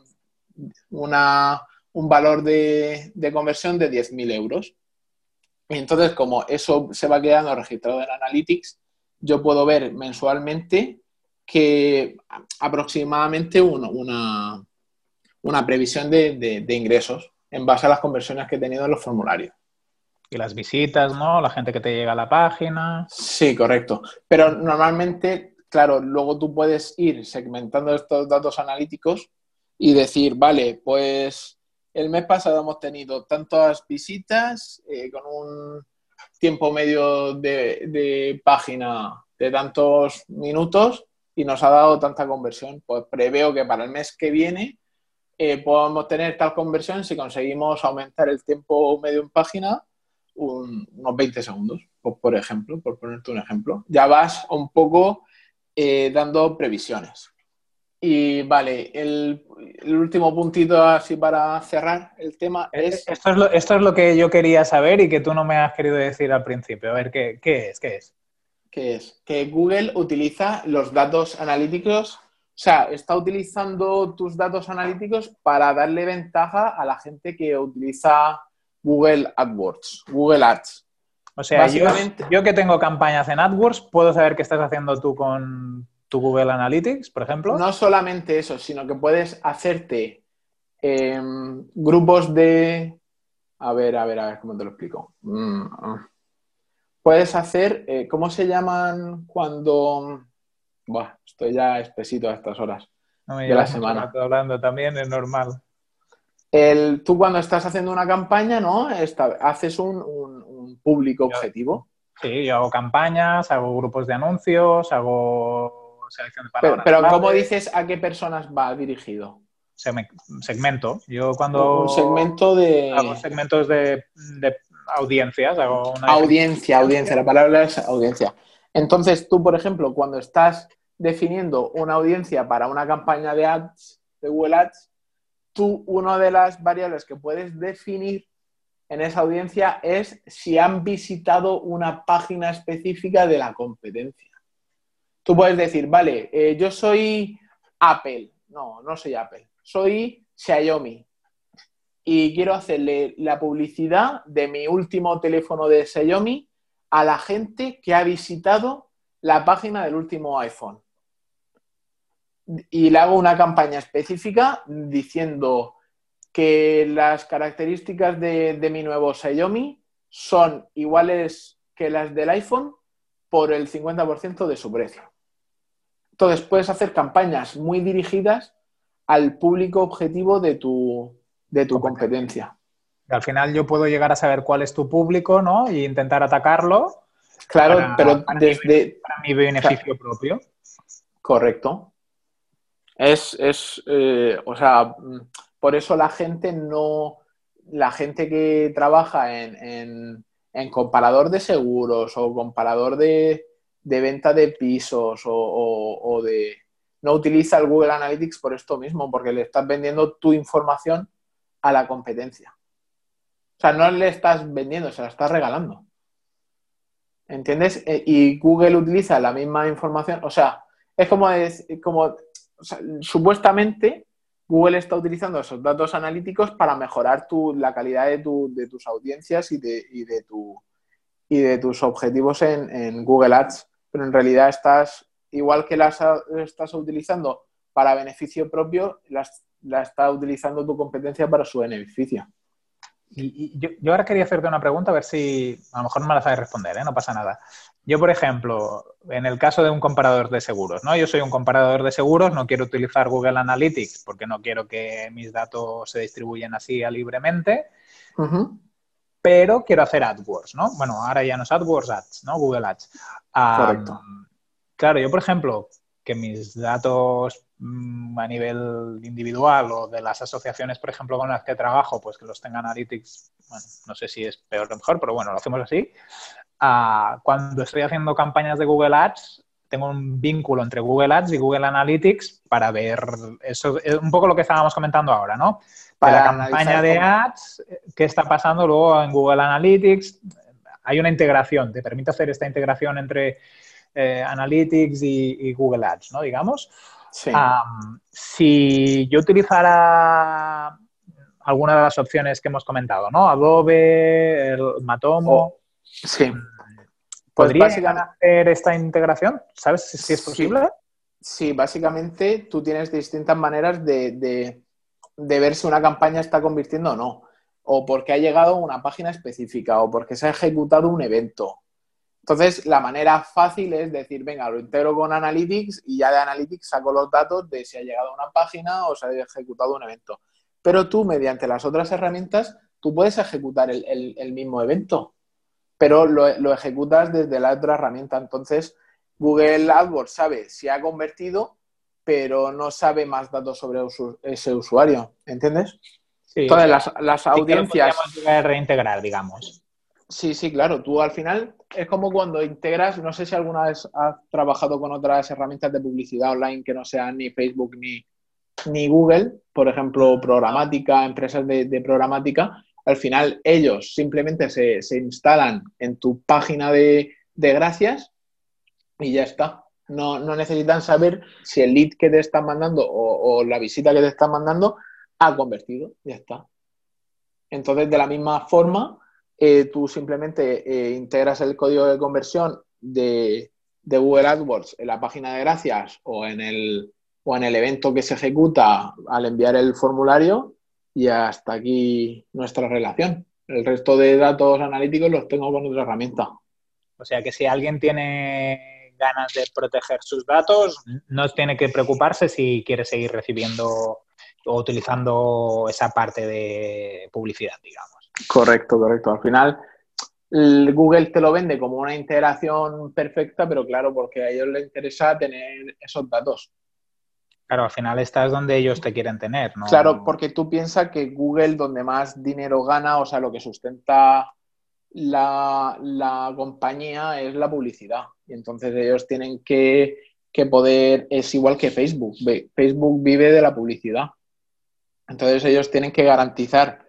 un valor de conversión de 10.000 euros. Y entonces, como eso se va quedando registrado en Analytics, yo puedo ver mensualmente que aproximadamente una previsión de ingresos en base a las conversiones que he tenido en los formularios. Y las visitas, ¿no? La gente que te llega a la página. Sí, correcto. Pero normalmente, claro, luego tú puedes ir segmentando estos datos analíticos y decir, vale, pues el mes pasado hemos tenido tantas visitas con un tiempo medio de página de tantos minutos y nos ha dado tanta conversión. Pues preveo que para el mes que viene podamos tener tal conversión si conseguimos aumentar el tiempo medio en página unos 20 segundos, pues, por ejemplo, por ponerte un ejemplo. Ya vas un poco dando previsiones. Y vale, el último puntito así para cerrar el tema es... Esto es lo que yo quería saber y que tú no me has querido decir al principio. A ver, ¿qué es? ¿Qué es? Que Google utiliza los datos analíticos, o sea, está utilizando tus datos analíticos para darle ventaja a la gente que utiliza Google AdWords, Google Ads. O sea, básicamente, yo que tengo campañas en AdWords, ¿puedo saber qué estás haciendo tú con tu Google Analytics, por ejemplo? No solamente eso, sino que puedes hacerte grupos de... A ver, ¿cómo te lo explico? Puedes hacer, ¿cómo se llaman cuando...? Buah, estoy ya espesito a estas horas no me de la semana. Rato hablando también, es normal. Tú cuando estás haciendo una campaña, ¿no? Haces un público objetivo. Sí, yo hago campañas, hago grupos de anuncios, hago selección de palabras. Pero ¿cómo dices a qué personas va dirigido? Segmento. Yo cuando un segmento de... hago segmentos de audiencias, hago una audiencia, la palabra es audiencia. Entonces tú, por ejemplo, cuando estás definiendo una audiencia para una campaña de ads, de Google Ads, tú una de las variables que puedes definir en esa audiencia es si han visitado una página específica de la competencia. Tú puedes decir, vale, yo soy Apple. No soy Apple. Soy Xiaomi. Y quiero hacerle la publicidad de mi último teléfono de Xiaomi a la gente que ha visitado la página del último iPhone. Y le hago una campaña específica diciendo que las características de mi nuevo Xiaomi son iguales que las del iPhone por el 50% de su precio. Entonces puedes hacer campañas muy dirigidas al público objetivo de tu competencia. Y al final yo puedo llegar a saber cuál es tu público, ¿no? Y intentar atacarlo. Claro, pero para mi beneficio propio. Correcto. O sea, por eso la gente que trabaja en comparador de seguros o comparador de venta de pisos o de... no utiliza el Google Analytics por esto mismo, porque le estás vendiendo tu información a la competencia. O sea, no le estás vendiendo, se la estás regalando. ¿Entiendes? Y Google utiliza la misma información. O sea, es como o sea, supuestamente Google está utilizando esos datos analíticos para mejorar la calidad de tus audiencias y de tus objetivos en Google Ads. Pero en realidad igual que las estás utilizando para beneficio propio, la está utilizando tu competencia para su beneficio. Yo ahora quería hacerte una pregunta, a ver si a lo mejor no me la sabes responder, ¿eh? No pasa nada. Yo, por ejemplo, en el caso de un comparador de seguros, ¿no? Yo soy un comparador de seguros, no quiero utilizar Google Analytics porque no quiero que mis datos se distribuyan así libremente, pero quiero hacer AdWords, ¿no? Bueno, ahora ya no es AdWords, Ads, ¿no? Google Ads. Correcto. Claro, yo, por ejemplo, que mis datos a nivel individual o de las asociaciones, por ejemplo, con las que trabajo, pues que los tenga Analytics, bueno, no sé si es peor o mejor, pero bueno, lo hacemos así. Cuando estoy haciendo campañas de Google Ads, tengo un vínculo entre Google Ads y Google Analytics para ver eso, es un poco lo que estábamos comentando ahora, ¿no? De la Para campaña analizar de cómo... Ads, qué está pasando luego en Google Analytics. Hay una integración, te permite hacer esta integración entre Analytics y Google Ads, ¿no? Digamos. Sí. Si yo utilizara alguna de las opciones que hemos comentado, ¿no? Adobe, el Matomo, Sí. Pues ¿podría llegar a básicamente, hacer esta integración? ¿Sabes si es sí. posible? Sí, básicamente tú tienes distintas maneras de ver si una campaña está convirtiendo o no. O porque ha llegado a una página específica o porque se ha ejecutado un evento. Entonces, la manera fácil es decir, venga, lo integro con Analytics y ya de Analytics saco los datos de si ha llegado a una página o se ha ejecutado un evento. Pero tú, mediante las otras herramientas, tú puedes ejecutar el mismo evento, pero lo ejecutas desde la otra herramienta. Entonces, Google AdWords sabe si ha convertido, pero no sabe más datos sobre ese usuario, ¿entiendes? Sí, o Entonces, sea, las sí que lo audiencias... podríamos llegar a reintegrar, digamos. Sí, sí, claro. Tú al final es como cuando integras, no sé si alguna vez has trabajado con otras herramientas de publicidad online que no sean ni Facebook ni Google, por ejemplo, No. programática, empresas de programática. Al final ellos simplemente se instalan en tu página de gracias y ya está. No necesitan saber si el lead que te están mandando o la visita que te están mandando ha convertido. Ya está. Entonces, de la misma forma, tú simplemente integras el código de conversión de Google AdWords en la página de gracias o en el evento que se ejecuta al enviar el formulario y hasta aquí nuestra relación. El resto de datos analíticos los tengo con otra herramienta. O sea que si alguien tiene ganas de proteger sus datos, no tiene que preocuparse si quiere seguir recibiendo o utilizando esa parte de publicidad, digamos. Correcto, correcto. Al final, Google te lo vende como una integración perfecta, pero claro, porque a ellos les interesa tener esos datos. Claro, al final estás donde ellos te quieren tener, Claro, ¿no? porque tú piensas que Google, donde más dinero gana, o sea, lo que sustenta la compañía es la publicidad. Y entonces ellos tienen que poder, es igual que Facebook. Facebook vive de la publicidad. Entonces ellos tienen que garantizar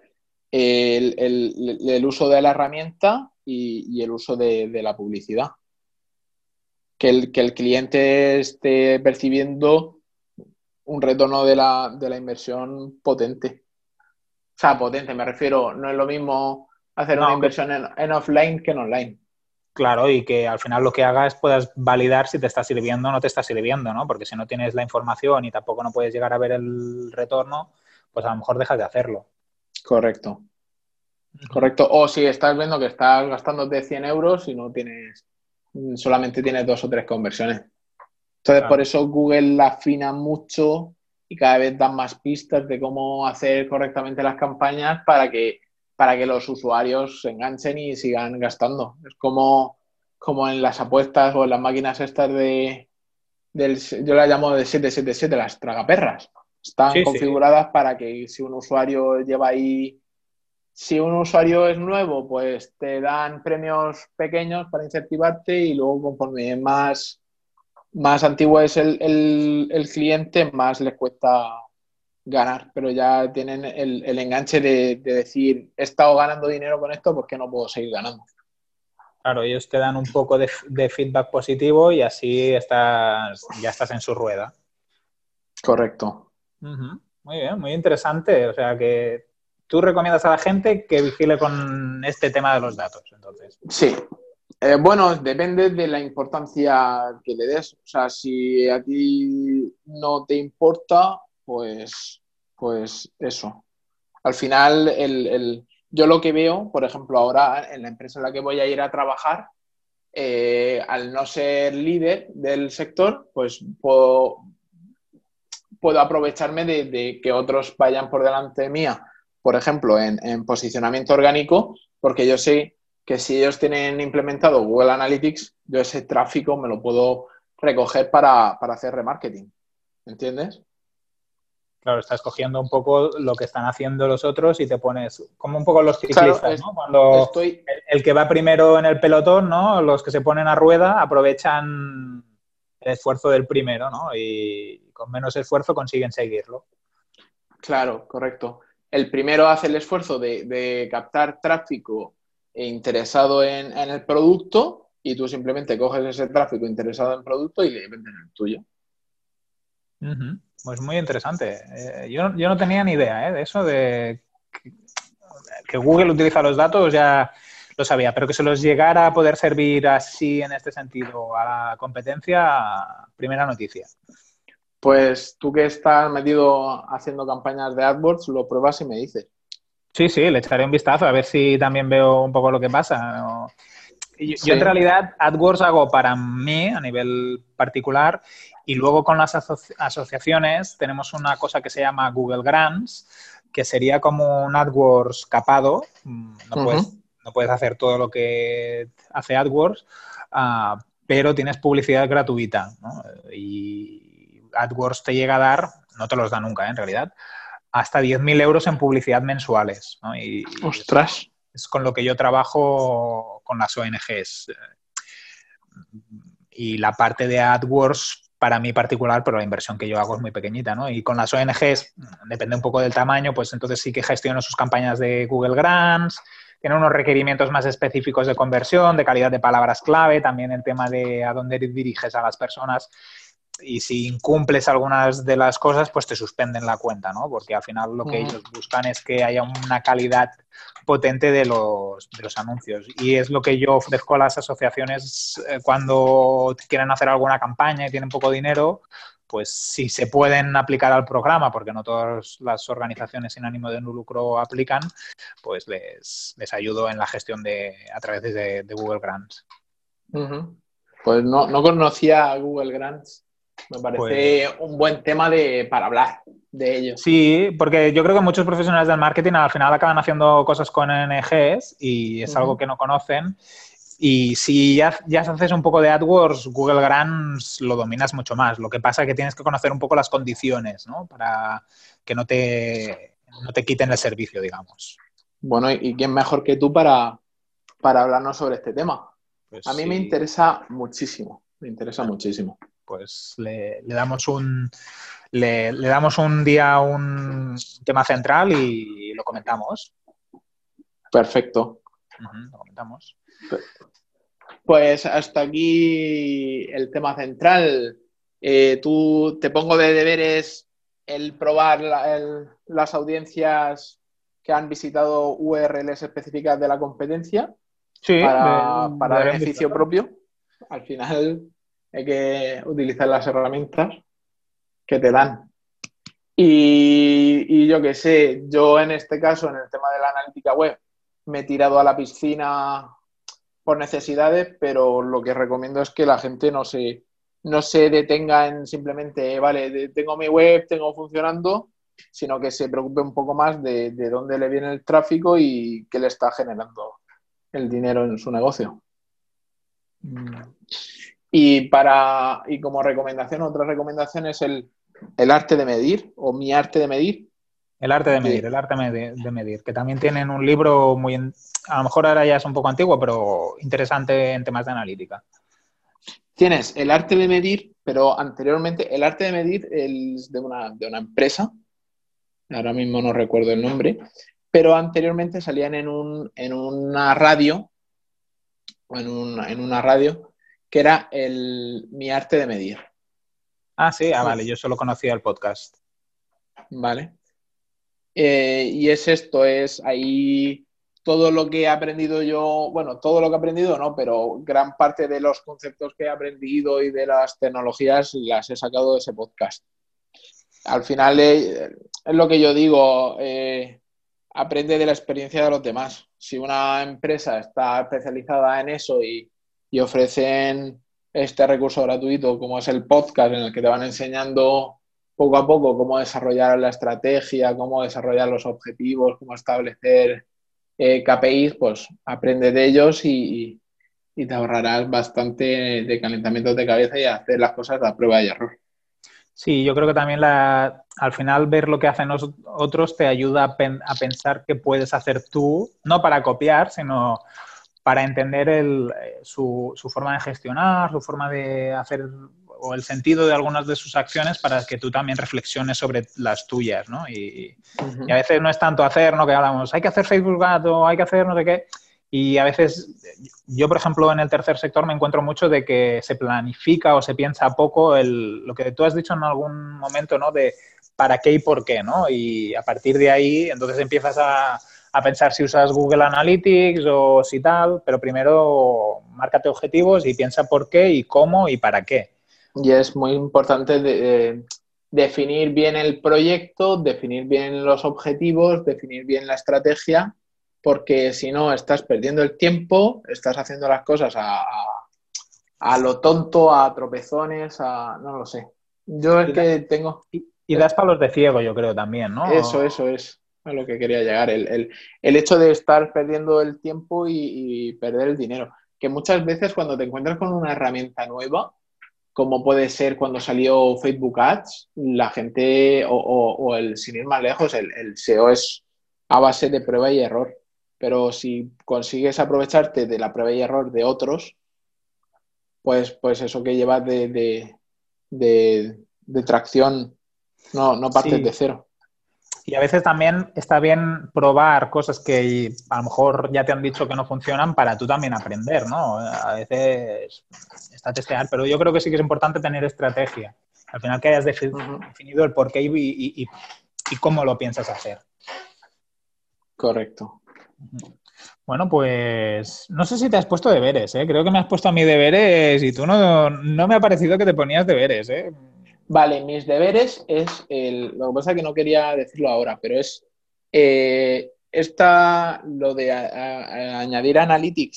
el uso de la herramienta y el uso de la publicidad. Que el cliente esté percibiendo un retorno de la inversión potente. O sea, potente, me refiero, no es lo mismo hacer una No, inversión en offline que en online. claro, y que al final lo que hagas puedas validar si te está sirviendo o no te está sirviendo, ¿no? Porque si no tienes la información y tampoco no puedes llegar a ver el retorno, pues a lo mejor dejas de hacerlo. Correcto, Uh-huh. correcto. O si estás viendo que estás gastándote 100 euros y no tienes, solamente tienes dos o tres conversiones. Entonces, por Claro. eso Google la afina mucho y cada vez dan más pistas de cómo hacer correctamente las campañas para que los usuarios se enganchen y sigan gastando. Es como en las apuestas o en las máquinas estas yo las llamo de 777, las tragaperras. Están Sí, sí. configuradas para que si un usuario lleva ahí, si un usuario es nuevo, pues te dan premios pequeños para incentivarte y luego conforme más antiguo es el cliente, más les cuesta ganar, pero ya tienen el enganche de decir, he estado ganando dinero con esto, ¿por qué no puedo seguir ganando? Claro, ellos te dan un poco de feedback positivo y así ya estás en su rueda. Correcto. Uh-huh. Muy bien, muy interesante. O sea que tú recomiendas a la gente que vigile con este tema de los datos, entonces. Sí. Bueno, depende de la importancia que le des. O sea, si a ti no te importa, pues eso. Al final, yo lo que veo, por ejemplo, ahora en la empresa en la que voy a ir a trabajar, al no ser líder del sector, pues puedo aprovecharme de que otros vayan por delante mía, por ejemplo, en posicionamiento orgánico, porque yo sé que si ellos tienen implementado Google Analytics, yo ese tráfico me lo puedo recoger para hacer remarketing. ¿Entiendes? Claro, estás cogiendo un poco lo que están haciendo los otros y te pones como un poco los Claro, ciclistas, ¿no? Cuando estoy... el que va primero en el pelotón, ¿no? Los que se ponen a rueda aprovechan el esfuerzo del primero, ¿no? Y con menos esfuerzo consiguen seguirlo. Claro, correcto. El primero hace el esfuerzo de captar tráfico interesado en el producto y tú simplemente coges ese tráfico interesado en el producto y le vendes el tuyo. Pues muy interesante. Yo no tenía ni idea de eso, de que Google utiliza los datos, ya lo sabía, pero que se los llegara a poder servir así en este sentido a la competencia, primera noticia. Pues tú que estás metido haciendo campañas de AdWords, lo pruebas y me dices. Sí, le echaré un vistazo a ver si también veo un poco lo que pasa, ¿no? Yo en Sí. realidad AdWords hago para mí a nivel particular y luego con las asociaciones tenemos una cosa que se llama Google Grants, que sería como un AdWords capado. No puedes hacer todo lo que hace AdWords, pero tienes publicidad gratuita, ¿no? Y AdWords te llega a dar, no te los da nunca, en realidad, hasta 10.000 euros en publicidad mensuales, ¿no? Y Ostras. es con lo que yo trabajo con las ONGs. Y la parte de AdWords, para mí particular, pero la inversión que yo hago es muy pequeñita, ¿no? Y con las ONGs, depende un poco del tamaño, pues entonces sí que gestiono sus campañas de Google Grants, tiene unos requerimientos más específicos de conversión, de calidad de palabras clave, también el tema de a dónde diriges a las personas. Y si incumples algunas de las cosas, pues te suspenden la cuenta, ¿no? Porque al final lo que ellos buscan es que haya una calidad potente de los anuncios. Y es lo que yo ofrezco a las asociaciones cuando quieren hacer alguna campaña y tienen poco dinero, pues si se pueden aplicar al programa, porque no todas las organizaciones sin ánimo de lucro aplican, pues les ayudo en la gestión a través de Google Grants. Pues no conocía Google Grants. Me Pues parece un buen tema para hablar de ello. sí, porque yo creo que muchos profesionales del marketing al final acaban haciendo cosas con ONGs y es algo que no conocen. Y si ya haces un poco de AdWords, Google Grants lo dominas mucho más. Lo que pasa es que tienes que conocer un poco las condiciones, ¿no? Para que no te quiten el servicio, digamos. Bueno, ¿y quién mejor que tú para hablarnos sobre este tema? Pues A mí me sí, interesa muchísimo. Me interesa muchísimo. pues le damos le damos un día un tema central y lo comentamos. Perfecto. Lo comentamos. Pues hasta aquí el tema central. Tú te pongo de deberes el probar las audiencias que han visitado URLs específicas de la competencia Sí, le para daré un beneficio vistazo. propio. Al final hay que utilizar las herramientas que te dan. Y yo qué sé, yo en este caso, en el tema de la analítica web, me he tirado a la piscina por necesidades, pero lo que recomiendo es que la gente no se detenga en simplemente, vale, tengo mi web, tengo funcionando, sino que se preocupe un poco más de dónde le viene el tráfico y qué le está generando el dinero en su negocio. Y como recomendación, otra recomendación es el arte de medir o mi arte de medir. El arte de medir, De, de medir, que también tienen un libro a lo mejor ahora ya es un poco antiguo, pero interesante en temas de analítica. tienes el arte de medir, pero anteriormente el arte de medir es de una empresa, ahora mismo no recuerdo el nombre, pero anteriormente salían en una radio, o en una radio, que era mi arte de medir. Ah, sí, vale, yo solo conocía el podcast. ¿Vale? Y es esto, es ahí todo lo que he aprendido yo, bueno, todo lo que he aprendido no, pero gran parte de los conceptos que he aprendido y de las tecnologías las he sacado de ese podcast. Al final es lo que yo digo, aprende de la experiencia de los demás. Si una empresa está especializada en eso y ofrecen este recurso gratuito, como es el podcast, en el que te van enseñando poco a poco cómo desarrollar la estrategia, cómo desarrollar los objetivos, cómo establecer KPIs, pues aprende de ellos y te ahorrarás bastante de calentamientos de cabeza y hacer las cosas a prueba y error. Sí, yo creo que también al final ver lo que hacen los otros te ayuda a pensar qué puedes hacer tú, no para copiar, sino para entender su forma de gestionar, su forma de hacer o el sentido de algunas de sus acciones para que tú también reflexiones sobre las tuyas, ¿no? Y a veces no es tanto hacer, ¿no? Que hablamos, hay que hacer Facebook Ads o hay que hacer no sé qué. Y a veces, yo, por ejemplo, en el tercer sector me encuentro mucho de que se planifica o se piensa poco lo que tú has dicho en algún momento, ¿no? De para qué y por qué, ¿no? Y a partir de ahí, entonces empiezas a pensar si usas Google Analytics o si tal, pero primero márcate objetivos y piensa por qué y cómo y para qué. Y es muy importante definir bien el proyecto, definir bien los objetivos, definir bien la estrategia, porque si no estás perdiendo el tiempo, estás haciendo las cosas a lo tonto, a tropezones, no lo sé. Yo es que tengo... Y das palos de ciego, yo creo, también, ¿no? Eso es a lo que quería llegar. El hecho de estar perdiendo el tiempo y perder el dinero. Que muchas veces cuando te encuentras con una herramienta nueva, como puede ser cuando salió Facebook Ads, la gente, sin ir más lejos, el SEO es a base de prueba y error. Pero si consigues aprovecharte de la prueba y error de otros, pues eso que llevas de tracción, no partes de Sí. cero. Y a veces también está bien probar cosas que a lo mejor ya te han dicho que no funcionan para tú también aprender, ¿no? A veces está testear, pero yo creo que sí que es importante tener estrategia. Al final que hayas definido el por qué y cómo lo piensas hacer. Correcto. Bueno, pues no sé si te has puesto deberes, ¿eh? Creo que me has puesto a mí deberes y tú no me ha parecido que te ponías deberes, ¿eh? Vale, mis deberes lo que pasa es que no quería decirlo ahora, pero es lo de añadir Analytics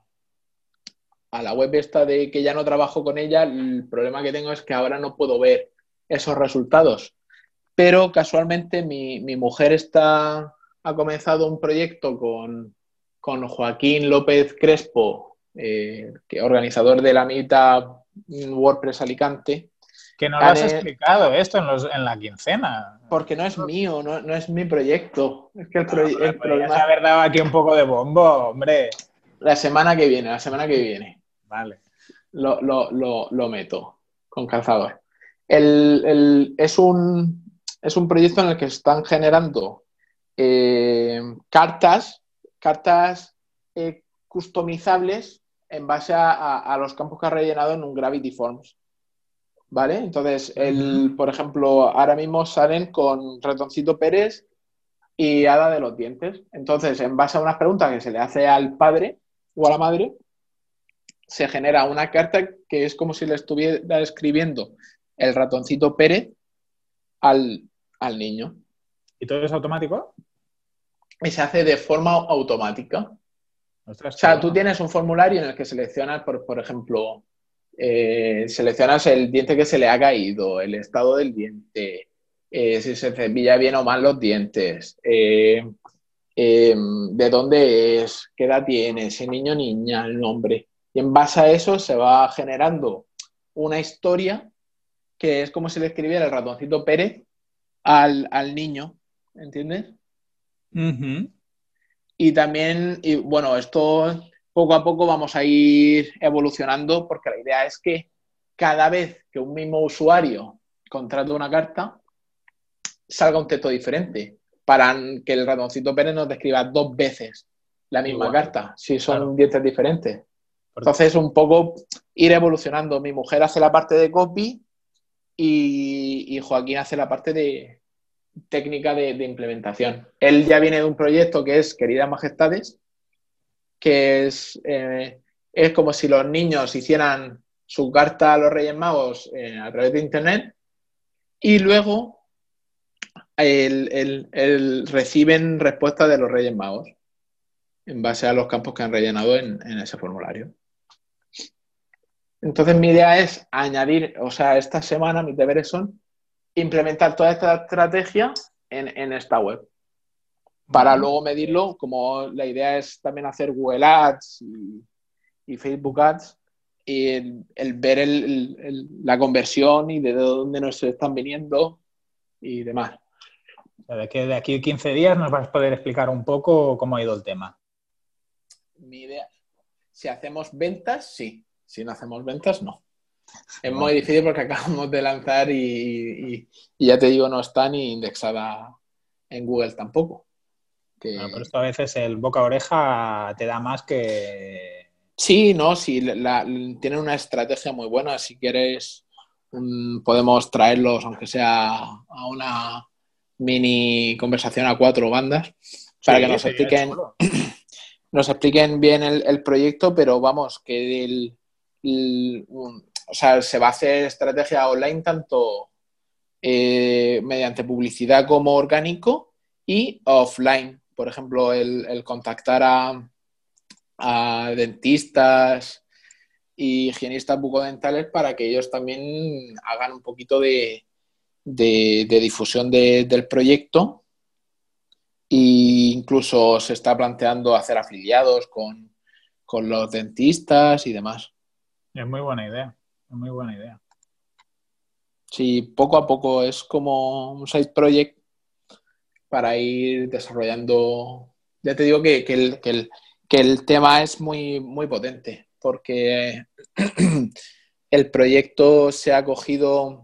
a la web esta de que ya no trabajo con ella. El problema que tengo es que ahora no puedo ver esos resultados. Pero casualmente mi mujer ha comenzado un proyecto con Joaquín López Crespo, organizador de la Meetup WordPress Alicante. Que no lo has explicado esto en la quincena. Porque no es mío, no es mi proyecto. Es que el Podrías problema haber dado aquí un poco de bombo, hombre. la semana que viene, Vale. lo meto con calzador. Es un proyecto en el que están generando cartas customizables en base a los campos que ha rellenado en un Gravity Forms. ¿Vale? Entonces, por ejemplo, ahora mismo salen con Ratoncito Pérez y Hada de los Dientes. Entonces, en base a unas preguntas que se le hace al padre o a la madre, se genera una carta que es como si le estuviera escribiendo el Ratoncito Pérez al niño. ¿Y todo es automático? Y se hace de forma automática. Ostras, O sea, bueno. tú tienes un formulario en el que seleccionas, por ejemplo, seleccionas el diente que se le ha caído, el estado del diente, si se cepilla bien o mal los dientes, de dónde es, qué edad tiene, ese niño o niña, el nombre. Y en base a eso se va generando una historia que es como si le escribiera el Ratoncito Pérez al niño, ¿entiendes? Y también, bueno, esto poco a poco vamos a ir evolucionando porque la idea es que cada vez que un mismo usuario contrata una carta, salga un texto diferente para que el Ratoncito Pérez nos describa 2 veces la misma Igual. carta, si son Claro. dientes diferentes. Entonces, un poco ir evolucionando. Mi mujer hace la parte de copy y Joaquín hace la parte de técnica de implementación. Él ya viene de un proyecto que es Queridas Majestades, que es como si los niños hicieran su carta a los Reyes Magos a través de Internet y luego reciben respuesta de los Reyes Magos en base a los campos que han rellenado en ese formulario. Entonces mi idea es añadir, o sea, esta semana mis deberes son implementar toda esta estrategia en esta web para luego medirlo, como la idea es también hacer Google Ads y Facebook Ads y el ver la conversión y de dónde nos están viniendo y demás. De aquí a 15 días nos vas a poder explicar un poco cómo ha ido el tema. Mi idea, si hacemos ventas, sí. Si no hacemos ventas, no. Es muy difícil porque acabamos de lanzar y ya te digo, no está ni indexada en Google tampoco. Bueno, pero esto a veces el boca a oreja te da más que... Sí, no, sí, tienen una estrategia muy buena. Si quieres, podemos traerlos, aunque sea a una mini conversación a 4 bandas, para que nos expliquen bien el proyecto, pero vamos, que o sea, se va a hacer estrategia online tanto mediante publicidad como orgánico y offline. Por ejemplo, el contactar a dentistas y higienistas bucodentales para que ellos también hagan un poquito de difusión del proyecto, e incluso se está planteando hacer afiliados con los dentistas y demás. Es muy buena idea, es muy buena idea. Sí, poco a poco es como un side project para ir desarrollando. Ya te digo que el tema es muy, muy potente, porque el proyecto se ha cogido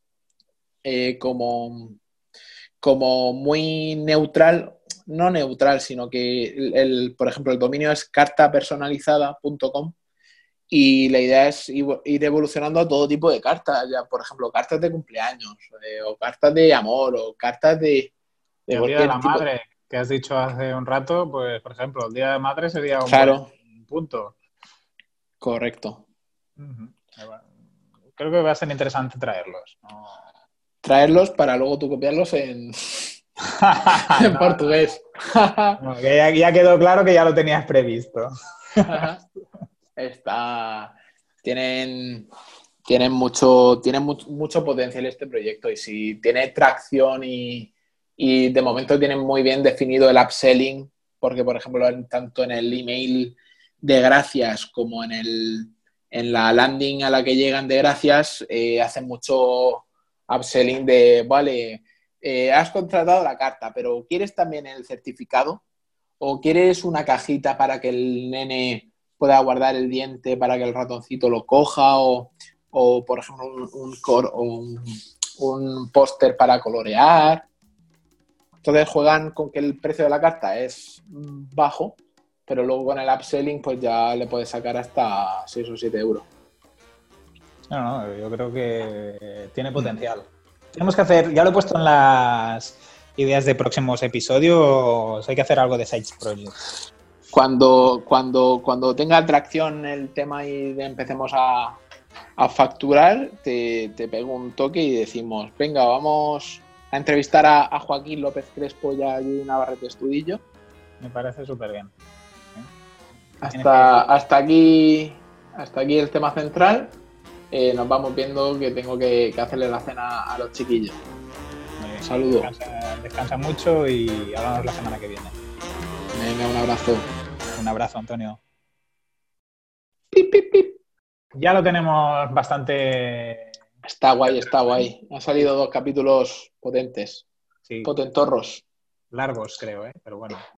como muy neutral, no neutral, sino que, por ejemplo, el dominio es cartapersonalizada.com y la idea es ir evolucionando a todo tipo de cartas, ya, por ejemplo, cartas de cumpleaños, o cartas de amor, o cartas de El Día de la cualquier tipo. Madre, que has dicho hace un rato, pues, por ejemplo, el Día de la Madre sería un Claro, buen punto. correcto. Creo que va a ser interesante traerlos, ¿no? Traerlos para luego tú copiarlos en portugués. No, que ya quedó claro que ya lo tenías previsto. Tienen mucho potencial este proyecto, y si tiene tracción y de momento tienen muy bien definido el upselling, porque por ejemplo tanto en el email de gracias como en la landing a la que llegan de gracias hacen mucho upselling de vale, has contratado la carta, pero ¿quieres también el certificado? ¿O quieres una cajita para que el nene pueda guardar el diente para que el ratoncito lo coja? O por ejemplo, un póster para colorear. Entonces juegan con que el precio de la carta es bajo, pero luego con el upselling pues ya le puedes sacar hasta 6 o 7 euros. No, yo creo que tiene potencial. Tenemos que hacer, ya lo he puesto en las ideas de próximos episodios, hay que hacer algo de Side Project. Cuando tenga atracción el tema y empecemos a facturar, te pego un toque y decimos, venga, vamos a entrevistar a Joaquín López Crespo y a Judy Navarrete Estudillo. Me parece súper bien. Hasta aquí el tema central. Nos vamos viendo, que tengo que hacerle la cena a los chiquillos. Saludos. Descansa mucho y hablamos la semana que viene. Venga, un abrazo. Un abrazo, Antonio. Pip, pip, pip. Ya lo tenemos bastante... Está guay. Han salido 2 capítulos potentes. Sí. Potentorros. Largos, creo, pero bueno.